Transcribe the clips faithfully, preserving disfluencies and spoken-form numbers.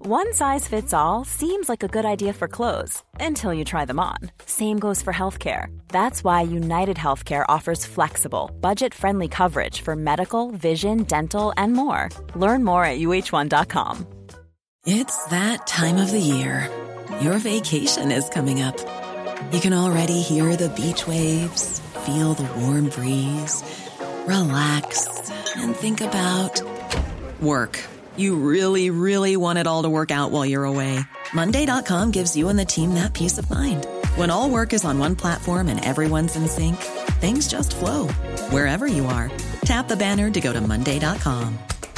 One size fits all seems like a good idea for clothes until you try them on. Same goes for healthcare. That's why United Healthcare offers flexible, budget-friendly coverage for medical, vision, dental, and more. Learn more at U H one dot com. It's that time of the year. Your vacation is coming up. You can already hear the beach waves, feel the warm breeze, relax, and think about work. You really, really want it all to work out while you're away. Monday dot com gives you and the team that peace of mind. When all work is on one platform and everyone's in sync, things just flow. Wherever you are, tap the banner to go to Monday dot com.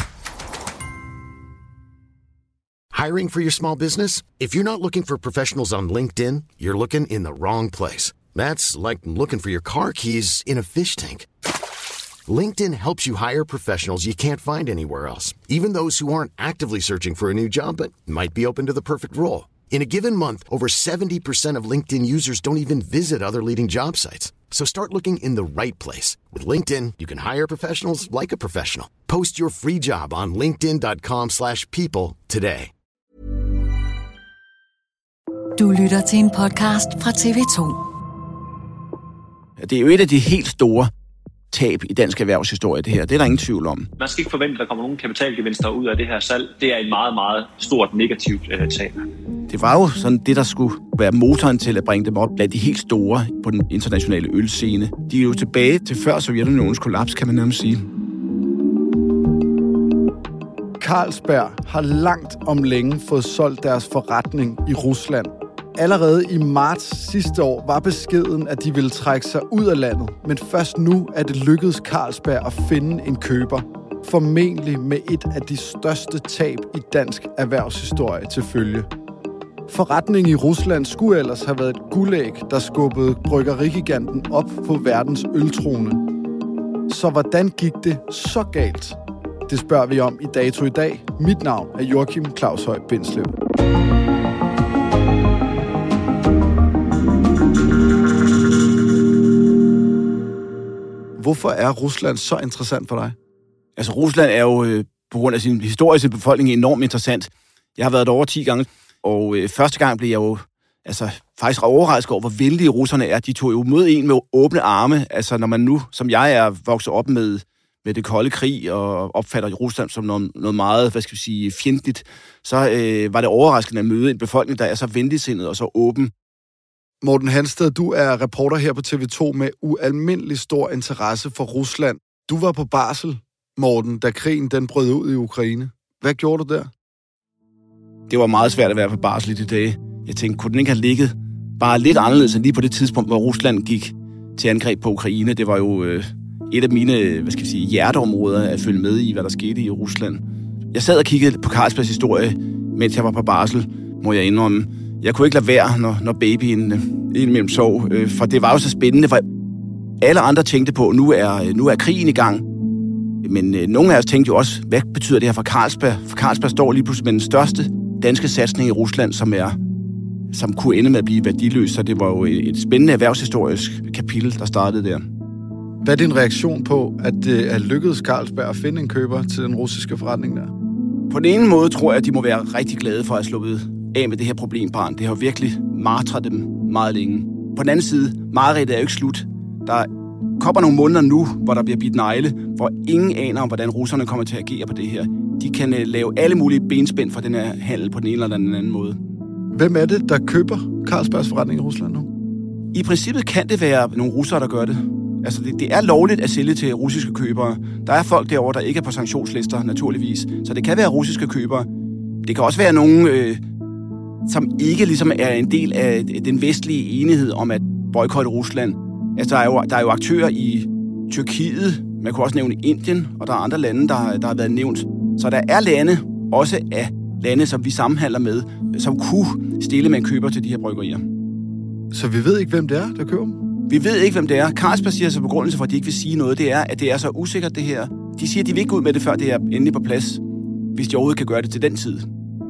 Hiring for your small business? If you're not looking for professionals on LinkedIn, you're looking in the wrong place. That's like looking for your car keys in a fish tank. LinkedIn helps you hire professionals you can't find anywhere else, even those who aren't actively searching for a new job but might be open to the perfect role. In a given month, over seventy percent of LinkedIn users don't even visit other leading job sites. So start looking in the right place. With LinkedIn, you can hire professionals like a professional. Post your free job on linkedin dot com slash people today. Du lytter til en podcast fra T V to. Det er jo et af de helt store tab i dansk erhvervshistorie, det her. Det er der ingen tvivl om. Man skal ikke forvente, at der kommer nogle kapitalgevinster ud af det her salg. Det er et meget, meget stort negativt øh, tab. Det var jo sådan det, der skulle være motoren til at bringe dem op blandt de helt store på den internationale ølscene. De er jo tilbage til før Sovjetunionens kollaps, kan man nærmest sige. Carlsberg har langt om længe fået solgt deres forretning i Rusland. Allerede i marts sidste år var beskeden, at de ville trække sig ud af landet, men først nu er det lykkedes Carlsberg at finde en køber, formentlig med et af de største tab i dansk erhvervshistorie til følge. Forretningen i Rusland skulle ellers have været et guldæg, der skubbede bryggerigiganten op på verdens øltrone. Så hvordan gik det så galt? Det spørger vi om i Dato i dag. Mit navn er Joachim Claus Høj Bindslev. Hvorfor er Rusland så interessant for dig? Altså, Rusland er jo øh, på grund af sin historiske befolkning enormt interessant. Jeg har været der over ti gange, og øh, første gang blev jeg jo altså, faktisk overrasket over, hvor vældige russerne er. De tog jo mod en med åbne arme. Altså, når man nu, som jeg er, vokset op med, med det kolde krig og opfatter Rusland som noget, noget meget, hvad skal vi sige, fjendtligt, så øh, var det overraskende at møde en befolkning, der er så venligsindet og så åben. Morten Hansted, du er reporter her på T V to med ualmindelig stor interesse for Rusland. Du var på barsel, Morten, da krigen den brød ud i Ukraine. Hvad gjorde du der? Det var meget svært at være på barsel i de dage. Jeg tænkte, kunne den ikke have ligget bare lidt anderledes end lige på det tidspunkt, hvor Rusland gik til angreb på Ukraine? Det var jo øh, et af mine, hvad skal jeg sige, hjerteområder at følge med i, hvad der skete i Rusland. Jeg sad og kiggede på Carlsbergs historie, mens jeg var på barsel, må jeg indrømme. Jeg kunne ikke lade være, når, når babyen øh, indimellem sov, øh, for det var jo så spændende, for alle andre tænkte på, nu er, nu er krigen i gang. Men øh, nogle af os tænkte jo også, hvad betyder det her for Carlsberg? For Carlsberg står lige pludselig med den største danske satsning i Rusland, som er som kunne ende med at blive værdiløs, så det var jo et spændende erhvervshistorisk kapitel, der startede der. Hvad er din reaktion på, at det er lykkedes Carlsberg at finde en køber til den russiske forretning der? På den ene måde tror jeg, at de må være rigtig glade for at have sluppet af med det her problembarn. Det har virkelig martret dem meget længe. På den anden side, mareridtet er jo ikke slut. Der kommer nogle måneder nu, hvor der bliver bidt negle, hvor ingen aner om, hvordan russerne kommer til at agere på det her. De kan uh, lave alle mulige benspænd for den her handel på den ene eller den anden måde. Hvem er det, der køber Carlsbergs forretning i Rusland nu? I princippet kan det være nogle russere, der gør det. Altså, det, det er lovligt at sælge til russiske købere. Der er folk derovre, der ikke er på sanktionslister, naturligvis. Så det kan være russiske købere. Det kan også være nogen, øh, som ikke ligesom er en del af den vestlige enighed om at boykotte Rusland. Altså, der er jo, der er jo aktører i Tyrkiet, man kunne også nævne Indien, og der er andre lande, der, der har været nævnt. Så der er lande, også af lande, som vi sammenhandler med, som kunne stille med en køber til de her bryggerier. Så vi ved ikke, hvem det er, der køber dem? Vi ved ikke, hvem det er. Carlsberg siger så begrundelse for, at de ikke vil sige noget, det er, at det er så usikkert, det her. De siger, at de vil ikke gå ud med det, før det er endelig på plads, hvis de overhovedet kan gøre det til den tid.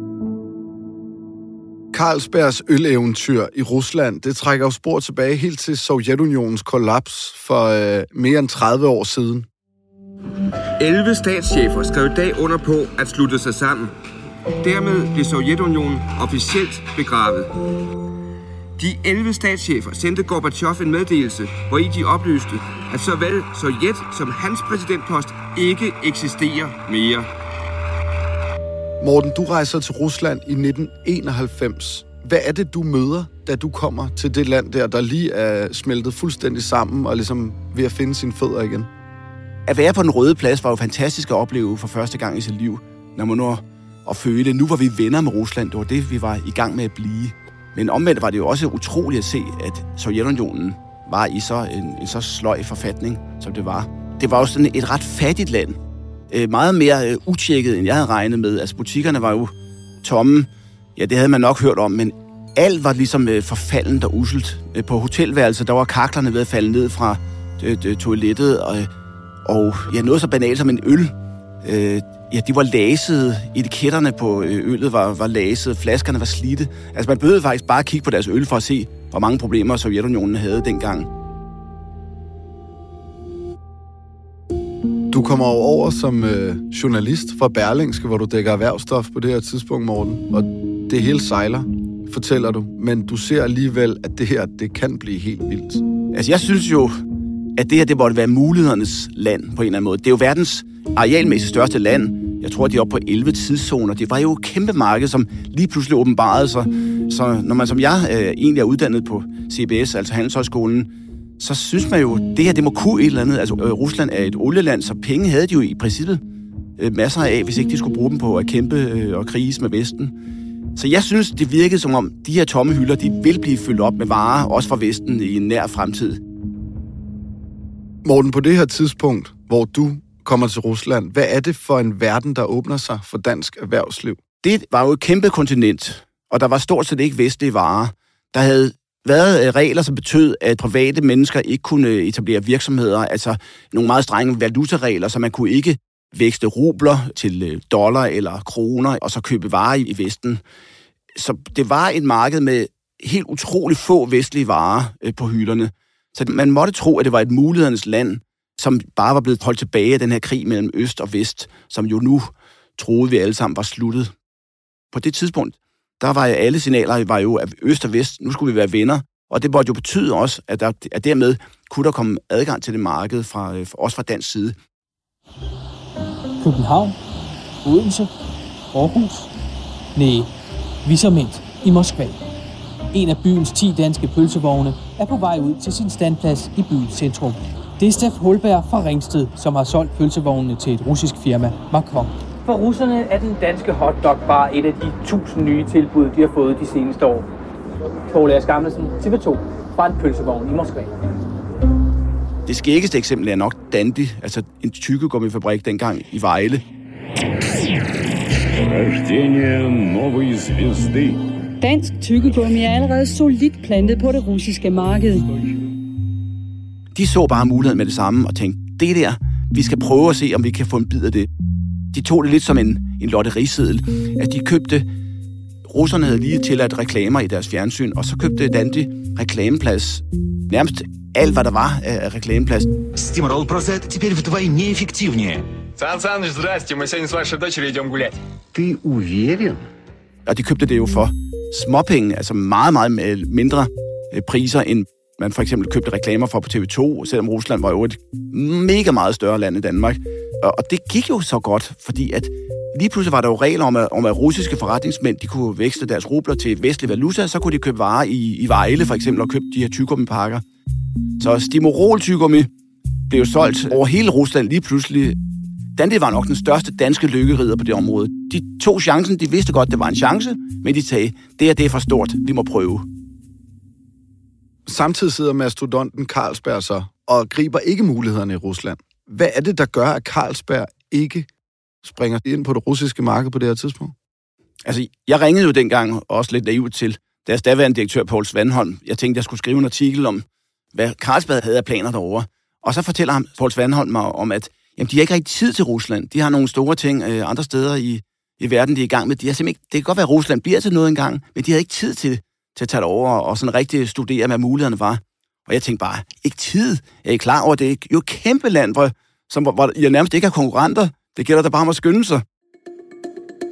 Carlsbergs øleventyr i Rusland, det trækker jo spor tilbage helt til Sovjetunionens kollaps for øh, mere end tredive år siden. elleve statschefer skrev i dag under på at slutte sig sammen. Dermed blev Sovjetunionen officielt begravet. De elleve statschefer sendte Gorbatjov en meddelelse, hvori de oplyste, at såvel Sovjet som hans præsidentpost ikke eksisterer mere. Morten, du rejser til Rusland i nitten enoghalvfems. Hvad er det, du møder, da du kommer til det land der, der lige er smeltet fuldstændig sammen og ligesom ved at finde sine fødder igen? At være på den Røde Plads var jo fantastisk at opleve for første gang i sit liv, når man når at føle, nu var vi venner med Rusland. Det var det, vi var i gang med at blive. Men omvendt var det jo også utroligt at se, at Sovjetunionen var i så en, en så sløj forfatning, som det var. Det var jo sådan et ret fattigt land. Øh, meget mere øh, utjekket, end jeg havde regnet med. Altså butikkerne var jo tomme. Ja, det havde man nok hørt om, men alt var ligesom øh, forfaldent og usselt. Øh, på hotelværelset, der var kaklerne ved at falde ned fra øh, øh, toilettet, og, og ja, noget så banalt som en øl. Øh, ja, de var lasede. Etiketterne på øh, øllet var, var lasede. Flaskerne var slidte. Altså, man behøvede faktisk bare at kigge på deres øl for at se, hvor mange problemer Sovjetunionen havde dengang. Du kommer over som øh, journalist fra Berlingske, hvor du dækker erhvervsstof på det her tidspunkt, Morten. Og det hele sejler, fortæller du. Men du ser alligevel, at det her, det kan blive helt vildt. Altså, jeg synes jo, at det her, det måtte være mulighedernes land på en eller anden måde. Det er jo verdens arealmæssigt største land. Jeg tror, de er oppe på elleve tidszoner. Det var jo et kæmpe marked, som lige pludselig åbenbarede sig. Så når man som jeg øh, egentlig er uddannet på C B S, altså Handelshøjskolen, så synes man jo, det her, det må kunne et eller andet. Altså, øh, Rusland er et olieland, så penge havde de jo i princippet øh, masser af, hvis ikke de skulle bruge dem på at kæmpe øh, og krige med Vesten. Så jeg synes, det virkede som om, de her tomme hylder, de vil blive fyldt op med varer, også fra Vesten i en nær fremtid. Morten, på det her tidspunkt, hvor du kommer til Rusland, hvad er det for en verden, der åbner sig for dansk erhvervsliv? Det var jo et kæmpe kontinent, og der var stort set ikke vestlige varer. Der havde været regler, som betød, at private mennesker ikke kunne etablere virksomheder, altså nogle meget strenge valutaregler, så man kunne ikke vækste rubler til dollar eller kroner, og så købe varer i Vesten. Så det var et marked med helt utroligt få vestlige varer på hylderne. Så man måtte tro, at det var et mulighedernes land, som bare var blevet holdt tilbage af den her krig mellem øst og vest, som jo nu troede vi alle sammen var sluttet. På det tidspunkt, der var alle signaler var jo, at øst og vest, nu skulle vi være venner, og det måtte jo betyde også, at, der, at dermed kunne der komme adgang til det marked, fra, også fra dansk side. København, Odense, Aarhus, næh, Viserment i Moskva. En af byens ti danske pølsevogne er på vej ud til sin standplads i byens centrum. Det er Steff Holberg fra Ringsted, som har solgt pølsevognene til et russisk firma, Macron. For russerne er den danske hotdog bare et af de tusind nye tilbud, de har fået de seneste år. Poul Erik Skammelsen, T V to, fra en pølsevogn i Moskva. Det skæggeste eksempel er nok Dandy, altså en tykkegummifabrik dengang i Vejle. Dansk tykkegummi er allerede solidt plantet på det russiske marked. De så bare muligheden med det samme og tænkte, det der, vi skal prøve at se, om vi kan få en bid af det. De tog det lidt som en, en lotteriseddel, at de købte, russerne havde lige tilladt reklamer i deres fjernsyn, og så købte Dandy reklameplads. Nærmest alt, hvad der var af reklameplads. Стимрол просто теперь вдвойне эффективнее. Сан Саныч, здрасте, мы сегодня с вашей дочерью идем гулять. Ты уверен? Og de købte det jo for småpenge, altså meget, meget mindre priser, end man for eksempel købte reklamer for på T V to, selvom Rusland var jo et mega meget større land end Danmark. Og det gik jo så godt, fordi at lige pludselig var der jo regler om, at, om at russiske forretningsmænd, de kunne veksle deres rubler til vestlig valuta, så kunne de købe varer i, i Vejle for eksempel, og købe de her tyggegummipakker. Så Stimorol tyggegummi blev jo solgt over hele Rusland lige pludselig. Dandy var nok den største danske lykkerider på det område. De tog chancen, de vidste godt, det var en chance, men de sagde, det her det er for stort, vi må prøve. Samtidig sidder mastodonten Carlsberg så og griber ikke mulighederne i Rusland. Hvad er det, der gør, at Carlsberg ikke springer ind på det russiske marked på det her tidspunkt? Altså, jeg ringede jo dengang også lidt naivt til deres daværende direktør, Poul Svanholm. Jeg tænkte, jeg skulle skrive en artikel om, hvad Carlsberg havde af planer derovre. Og så fortæller ham, Poul Svanholm mig om, at jamen, de har ikke rigtig tid til Rusland. De har nogle store ting øh, andre steder i, i verden, de er i gang med. De har simpelthen ikke, det kan godt være, at Rusland bliver til noget engang, men de har ikke tid til, til at tage det over og sådan rigtig studere, hvad mulighederne var. Og jeg tænkte bare, ikke tid? Jeg er klar over, det er jo et kæmpe land, hvor, som, hvor jeg nærmest ikke har konkurrenter. Det gælder da bare om at skynde sig.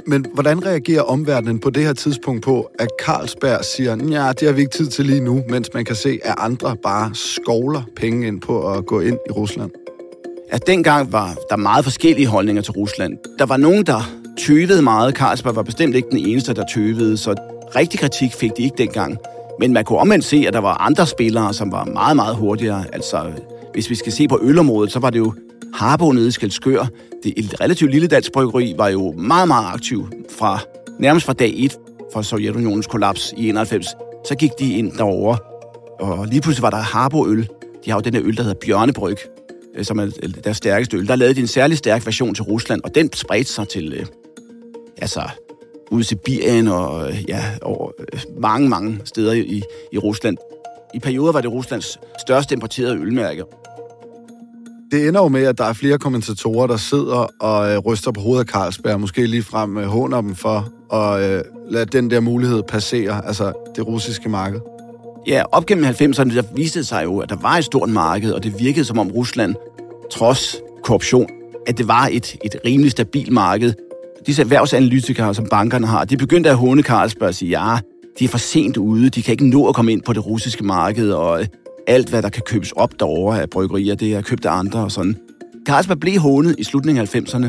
Men hvordan reagerer omverdenen på det her tidspunkt på, at Carlsberg siger, ja, det har vi ikke tid til lige nu, mens man kan se, at andre bare skovler penge ind på at gå ind i Rusland? At dengang var der meget forskellige holdninger til Rusland. Der var nogen, der tøvede meget. Carlsberg var bestemt ikke den eneste, der tøvede, så rigtig kritik fik de ikke dengang. Men man kunne omvendt se, at der var andre spillere, som var meget, meget hurtigere. Altså, hvis vi skal se på ølområdet, så var det jo Harbo nede i Skælskør. Det et relativt lille dansk bryggeri var jo meget, meget aktiv fra nærmest fra dag et for Sovjetunionens kollaps i enoghalvfems. Så gik de ind derover, og lige pludselig var der Harbo-øl. De har jo den der øl, der hedder Bjørnebryg, som er deres stærkeste øl. Der lavede de en særlig stærk version til Rusland, og den spredte sig til, øh, altså, ude i Sibirien og øh, ja, over øh, mange, mange steder i, i Rusland. I perioder var det Ruslands største importerede ølmærke. Det ender jo med, at der er flere kommentatorer, der sidder og øh, ryster på hovedet af Carlsberg, måske ligefrem øh, håner dem for at øh, lade den der mulighed passere, altså det russiske marked. Ja, op gennem halvfemserne, der viste det sig jo, at der var et stort marked, og det virkede som om Rusland, trods korruption, at det var et, et rimelig stabilt marked. Disse erhvervsanalytikere, som bankerne har, de begyndte at håne Carlsberg og sige, ja, de er for sent ude, de kan ikke nå at komme ind på det russiske marked, og alt, hvad der kan købes op derovre af bryggerier, det er købt af andre og sådan. Carlsberg blev hånet i slutningen af halvfemserne.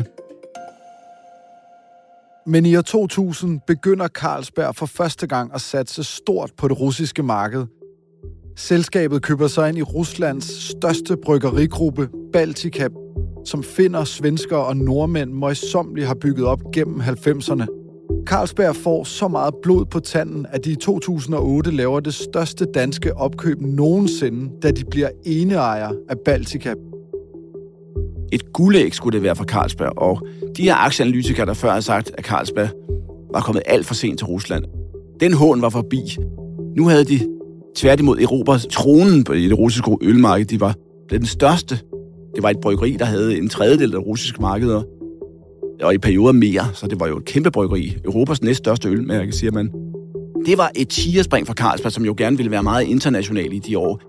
Men i år to tusind begynder Carlsberg for første gang at satse stort på det russiske marked. Selskabet køber sig ind i Ruslands største bryggerigruppe, Baltika, som finner, svensker og nordmænd møjsommeligt har bygget op gennem halvfemserne. Carlsberg får så meget blod på tanden, at de i to tusind og otte laver det største danske opkøb nogensinde, da de bliver eneejer af Baltika. Et guldæg skulle det være for Carlsberg, og de her aktieanalytikere, der før har sagt, at Carlsberg var kommet alt for sent til Rusland. Den hån var forbi. Nu havde de tværtimod erobret tronen på det russiske ølmarked. De var den største. Det var et bryggeri, der havde en tredjedel af det russiske markeder, og i perioder mere, så det var jo et kæmpe bryggeri. Europas næststørste ølmærke, siger man. Det var et tigerspring for Carlsberg, som jo gerne ville være meget international i de år.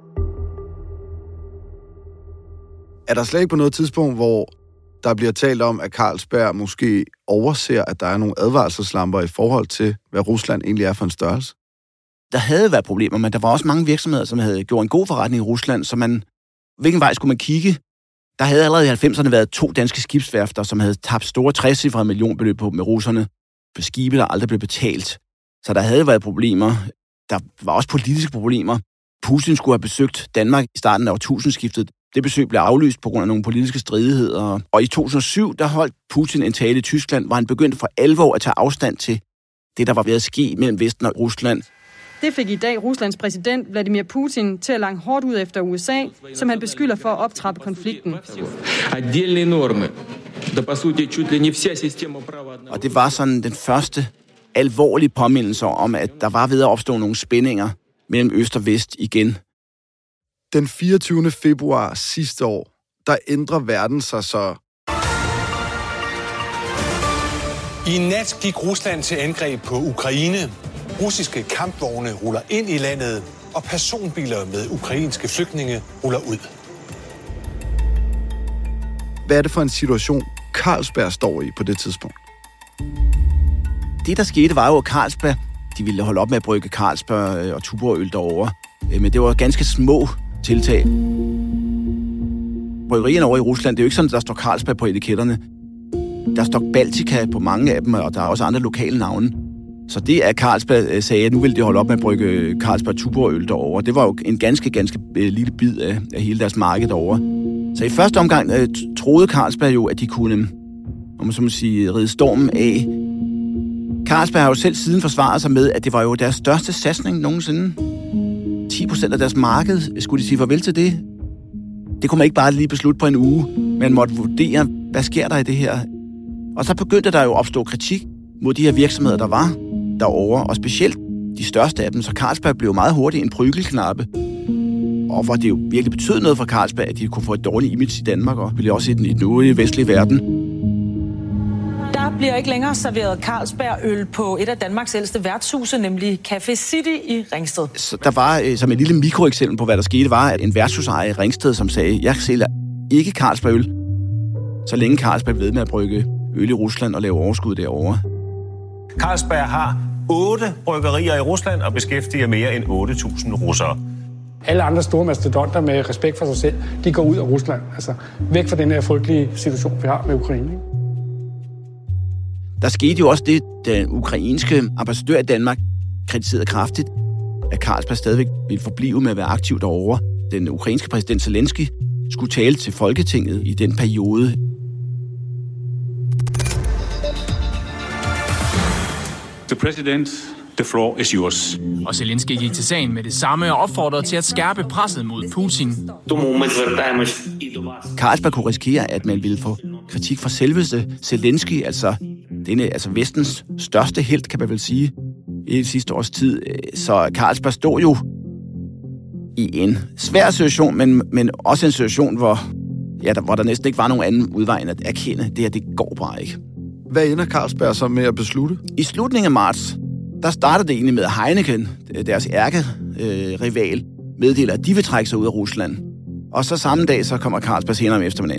Er der slet ikke på noget tidspunkt, hvor der bliver talt om, at Carlsberg måske overser, at der er nogle advarselslamper i forhold til, hvad Rusland egentlig er for en størrelse? Der havde været problemer, men der var også mange virksomheder, som havde gjort en god forretning i Rusland, så man, hvilken vej skulle man kigge? Der havde allerede i halvfemserne været to danske skibsværfter, som havde tabt store trecifrede millionbeløb på med russerne på skibe, der aldrig blev betalt. Så der havde været problemer. Der var også politiske problemer. Putin skulle have besøgt Danmark i starten af årtusindskiftet. Det besøg blev aflyst på grund af nogle politiske stridigheder. Og i to tusind og syv, der holdt Putin en tale i Tyskland, hvor han begyndte for alvor at tage afstand til det, der var ved at ske mellem Vesten og Rusland. Det fik i dag Ruslands præsident Vladimir Putin til at lange hårdt ud efter U S A, som han beskylder for at optrappe konflikten. Og det var sådan den første alvorlige påmindelse om, at der var ved at opstå nogle spændinger mellem øst og vest igen. Den fireogtyvende februar sidste år, der ændrer verden sig så. I nat gik Rusland til angreb på Ukraine. Russiske kampvogne ruller ind i landet, og personbiler med ukrainske flygtninge ruller ud. Hvad er det for en situation, Carlsberg står i på det tidspunkt? Det, der skete, var jo, at Carlsberg, de ville holde op med at brygge Carlsberg og Tuborg-øl derovre. Men det var ganske små tiltag. Bryggerierne over i Rusland, det er jo ikke sådan, at der står Carlsberg på etiketterne. Der står Baltika på mange af dem, og der er også andre lokale navne. Så det, at Carlsberg sagde, at nu ville de holde op med at brygge Carlsberg Tuborg-øl derovre, det var jo en ganske, ganske lille bid af, af hele deres marked derovre. Så i første omgang øh, troede Carlsberg jo, at de kunne, om man så må sige, ride stormen af. Carlsberg har jo selv siden forsvaret sig med, at det var jo deres største satsning nogensinde. ti procent af deres marked, skulle de sige farvel til det? Det kunne man ikke bare lige beslutte på en uge. Man måtte vurdere, hvad sker der i det her? Og så begyndte der jo at opstå kritik mod de her virksomheder, der var derovre, og specielt de største af dem. Så Carlsberg blev meget hurtigt en prygelknappe. Og hvor det jo virkelig betød noget for Carlsberg, at de kunne få et dårligt image i Danmark, og ville også i den, i den øvrige vestlige verden. Der bliver ikke længere serveret Carlsberg-øl på et af Danmarks ældste værtshuse, nemlig Café City i Ringsted. Så der var, som et lille mikroeksempel på, hvad der skete, var, at en værtshusejer i Ringsted, som sagde, jeg sælger ikke Carlsberg-øl, så længe Carlsberg ved med at brygge øl i Rusland og lave overskud derovre. Carlsberg har otte bryggerier i Rusland og beskæftiger mere end otte tusind russere. Alle andre store mastodonter med respekt for sig selv, de går ud af Rusland. Altså væk fra den her frygtelige situation, vi har med Ukraine. Der skete jo også det, den ukrainske ambassadør i Danmark kritiserede kraftigt, at Carlsberg stadigvæk ville forblive med at være aktiv derovre. Den ukrainske præsident Zelensky skulle tale til Folketinget i den periode. The president, the floor is yours. Og Zelensky gik til sagen med det samme og opfordrede til at skærpe presset mod Putin. Carlsberg kunne risikere, at man ville få kritik fra selveste Zelensky, altså denne, altså vestens største helt, kan man vel sige, i det sidste års tid. Så Carlsberg stod jo i en svær situation, men, men også en situation, hvor, ja, der, hvor der næsten ikke var nogen anden udvej end at erkende, det her, det går bare ikke. Hvad ender Carlsberg så med at beslutte? I slutningen af marts, der startede det egentlig med Heineken, deres ærkerival, meddeler, at de vil trække sig ud af Rusland. Og så samme dag, så kommer Carlsberg senere om eftermiddagen.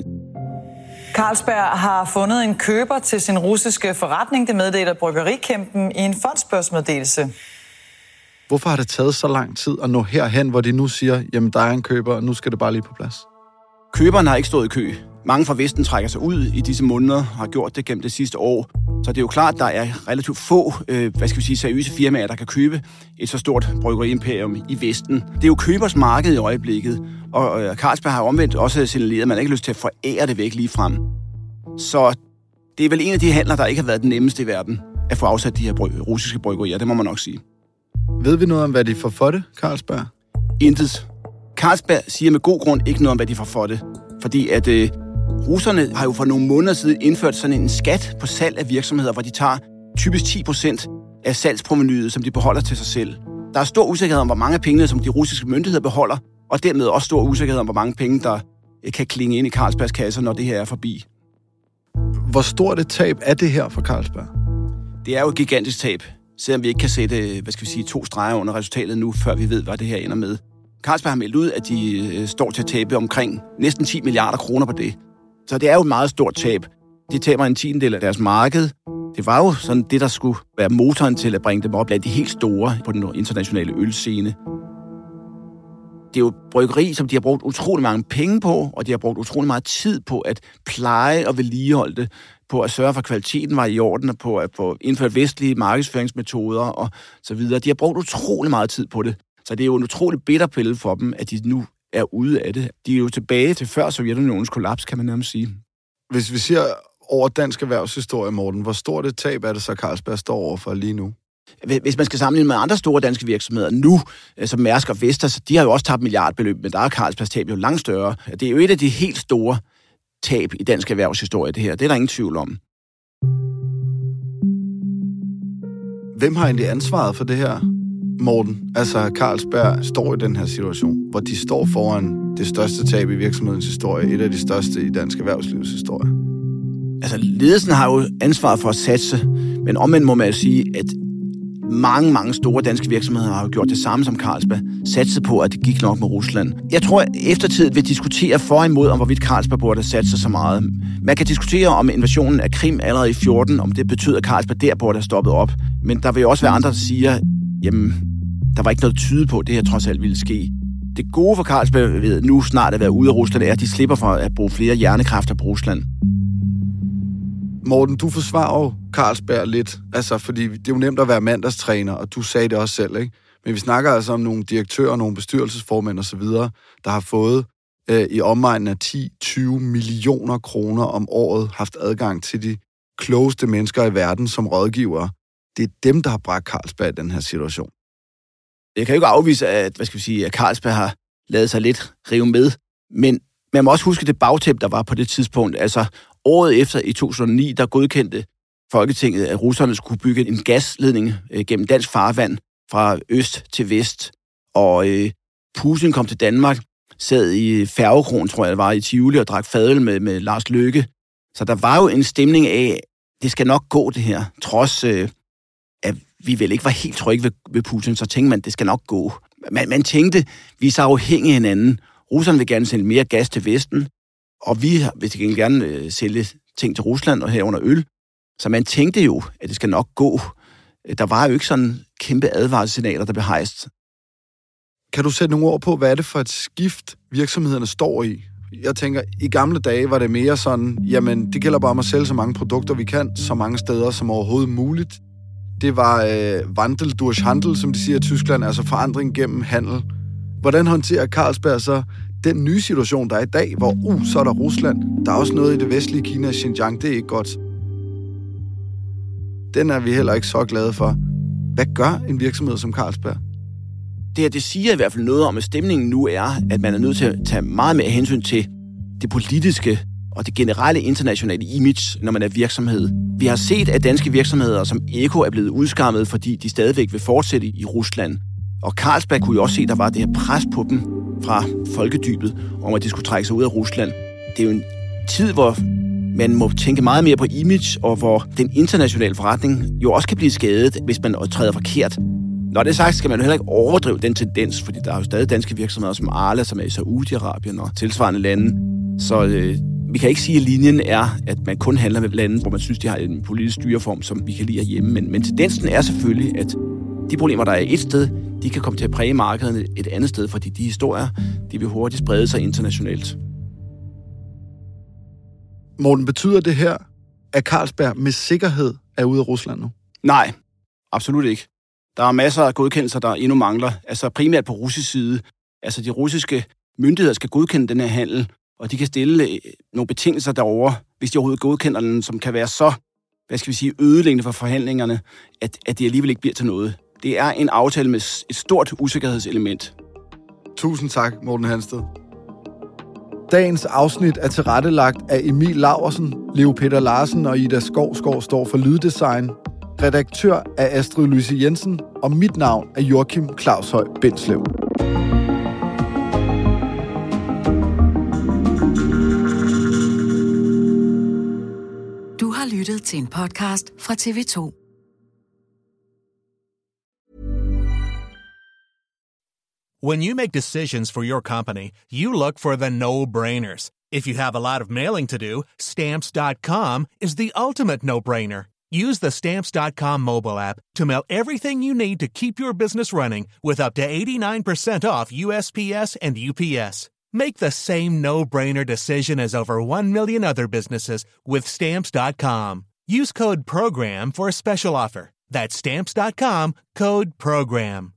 Carlsberg har fundet en køber til sin russiske forretning, det meddeler Bryggerikæmpen i en fondsbørsmeddelelse. Hvorfor har det taget så lang tid at nå herhen, hvor de nu siger, jamen der er en køber, og nu skal det bare lige på plads? Køberne har ikke stået i kø. Mange fra Vesten trækker sig ud i disse måneder, har gjort det gennem det sidste år. Så det er jo klart, at der er relativt få, øh, hvad skal vi sige, seriøse firmaer, der kan købe et så stort bryggeriimperium i Vesten. Det er jo købers marked i øjeblikket, og øh, Carlsberg har omvendt også signaleret, at man ikke har lyst til at forære det væk lige frem. Så det er vel en af de handler, der ikke har været den nemmeste i verden, at få afsat de her bry- russiske bryggerier, det må man nok sige. Ved vi noget om, hvad de får for det, Carlsberg? Intet. Carlsberg siger med god grund ikke noget om, hvad de får for det, fordi at øh, russerne har jo for nogle måneder siden indført sådan en skat på salg af virksomheder, hvor de tager typisk ti procent af salgsprovenuet, som de beholder til sig selv. Der er stor usikkerhed om, hvor mange penge, som de russiske myndigheder beholder, og dermed også stor usikkerhed om, hvor mange penge, der kan klinge ind i Carlsbergs kasser, når det her er forbi. Hvor stort et tab er det her for Carlsberg? Det er jo et gigantisk tab, selvom vi ikke kan sætte, hvad skal vi sige, to streger under resultatet nu, før vi ved, hvad det her ender med. Carlsberg har meldt ud, at de står til at tabe omkring næsten ti milliarder kroner på det. Så det er jo et meget stort tab. De taber en tiendedel af deres marked. Det var jo sådan det, der skulle være motoren til at bringe dem op blandt de helt store på den internationale ølscene. Det er jo et bryggeri, som de har brugt utrolig mange penge på, og de har brugt utrolig meget tid på at pleje og vedligeholde det, på at sørge for, at kvaliteten var i orden, og på at få indført vestlige markedsføringsmetoder og så videre. De har brugt utrolig meget tid på det. Så det er jo en utrolig bitter pille for dem, at de nu er ude af det. De er jo tilbage til før Sovjetunionens kollaps, kan man nærmest sige. Hvis vi siger over dansk erhvervshistorie, Morten, hvor stort et tab er det så, Carlsberg står overfor lige nu? Hvis man skal sammenligne med andre store danske virksomheder nu, som Mærsk og Vestas, de har jo også tabt milliardbeløb, men der er Carlsbergs tab jo langt større. Det er jo et af de helt store tab i dansk erhvervshistorie, det her. Det er der ingen tvivl om. Hvem har egentlig ansvaret for det her, Morten? Altså, Carlsberg står i den her situation, hvor de står foran det største tab i virksomhedens historie, et af de største i dansk erhvervslivets historie. Altså, ledelsen har jo ansvaret for at satse, men omvendt må man jo sige, at mange, mange store danske virksomheder har jo gjort det samme som Carlsberg, satset på, at det gik nok med Rusland. Jeg tror, at eftertid vil diskutere for og imod, om hvorvidt Carlsberg burde satse så meget. Man kan diskutere om invasionen af Krim allerede i fjorten, om det betyder, at Carlsberg der burde have stoppet op. Men der vil jo også være andre, der siger, jamen, der var ikke noget tyde på, at det her trods alt ville ske. Det gode for Carlsberg ved nu snart at være ude af Rusland, er, at de slipper for at bruge flere hjernekræfter på Rusland. Morten, du forsvarer jo Carlsberg lidt, altså, fordi det er jo nemt at være mandagstræner, og du sagde det også selv, ikke? Men vi snakker altså om nogle direktører, nogle bestyrelsesformænd osv., der har fået øh, i omegnen af ti til tyve millioner kroner om året haft adgang til de klogeste mennesker i verden som rådgivere. Det er dem, der har bragt Carlsberg i den her situation. Jeg kan jo ikke afvise, at, hvad skal vi sige, at Carlsberg har lavet sig lidt rive med, men man må også huske det bagtæppe, der var på det tidspunkt. Altså, året efter i to tusind og ni, der godkendte Folketinget, at russerne skulle bygge en gasledning øh, gennem dansk farvand fra øst til vest. Og øh, Putin kom til Danmark, sad i færgekronen, tror jeg det var, i Tivoli og drak fadøl med, med Lars Løkke. Så der var jo en stemning af, det skal nok gå det her, trods øh, at vi vel ikke var helt trygge ved, ved Putin, så tænkte man, det skal nok gå. Man, man tænkte, vi er så afhængige af hinanden. Russerne vil gerne sende mere gas til Vesten, og vi vil gerne øh, sælge ting til Rusland og herunder øl. Så man tænkte jo, at det skal nok gå. Der var jo ikke sådan kæmpe advarselssignaler, der blev hejst. Kan du sætte nogle ord på, hvad er det for et skift, virksomhederne står i? Jeg tænker, i gamle dage var det mere sådan, jamen, det gælder bare om at sælge så mange produkter, vi kan, så mange steder som overhovedet muligt. Det var øh, Wandel durch Handel, som de siger i Tyskland, altså forandring gennem handel. Hvordan håndterer Carlsberg så den nye situation, der er i dag, hvor uh, så er der Rusland. Der er også noget i det vestlige Kina, Xinjiang, det er ikke godt. Den er vi heller ikke så glade for. Hvad gør en virksomhed som Carlsberg? Det her, det siger i hvert fald noget om, at stemningen nu er, at man er nødt til at tage meget mere hensyn til det politiske og det generelle internationale image, når man er virksomhed. Vi har set, at danske virksomheder som Eko er blevet udskammet, fordi de stadigvæk vil fortsætte i Rusland. Og Carlsberg kunne jo også se, at der var det her pres på dem fra folkedybet, om at de skulle trække sig ud af Rusland. Det er jo en tid, hvor man må tænke meget mere på image, og hvor den internationale forretning jo også kan blive skadet, hvis man træder forkert. Når det er sagt, skal man jo heller ikke overdrive den tendens, fordi der er jo stadig danske virksomheder som Arla, som er i Saudi-Arabien og tilsvarende lande. Så øh, vi kan ikke sige, at linjen er, at man kun handler med lande, hvor man synes, de har en politisk styreform, som vi kan lide hjemme. Men, men tendensen er selvfølgelig, at de problemer, der er et sted, de kan komme til at præge markederne et andet sted, fordi de historier, de vil hurtigt sprede sig internationalt. Morten, betyder det her, at Carlsberg med sikkerhed er ude af Rusland nu? Nej, absolut ikke. Der er masser af godkendelser, der endnu mangler. Altså primært på russisk side. Altså de russiske myndigheder skal godkende den her handel, og de kan stille nogle betingelser derovre, hvis de overhovedet godkender den, som kan være så, hvad skal vi sige, ødelæggende for forhandlingerne, at, at det alligevel ikke bliver til noget. Det er en aftale med et stort usikkerhedselement. Tusind tak, Morten Hansted. Dagens afsnit er tilrettelagt af Emil Laursen, Leo Peter Larsen og Ida Skovsgaard står for lyddesign. Redaktør er Astrid Louise Jensen, og mit navn er Joachim Claushøj Bindslev. Du har lyttet til en podcast fra T V to. When you make decisions for your company, you look for the no-brainers. If you have a lot of mailing to do, Stamps dot com is the ultimate no-brainer. Use the Stamps dot com mobile app to mail everything you need to keep your business running with up to eighty-nine percent off U S P S and U P S. Make the same no-brainer decision as over one million other businesses with Stamps dot com. Use code PROGRAM for a special offer. That's Stamps dot com, code PROGRAM.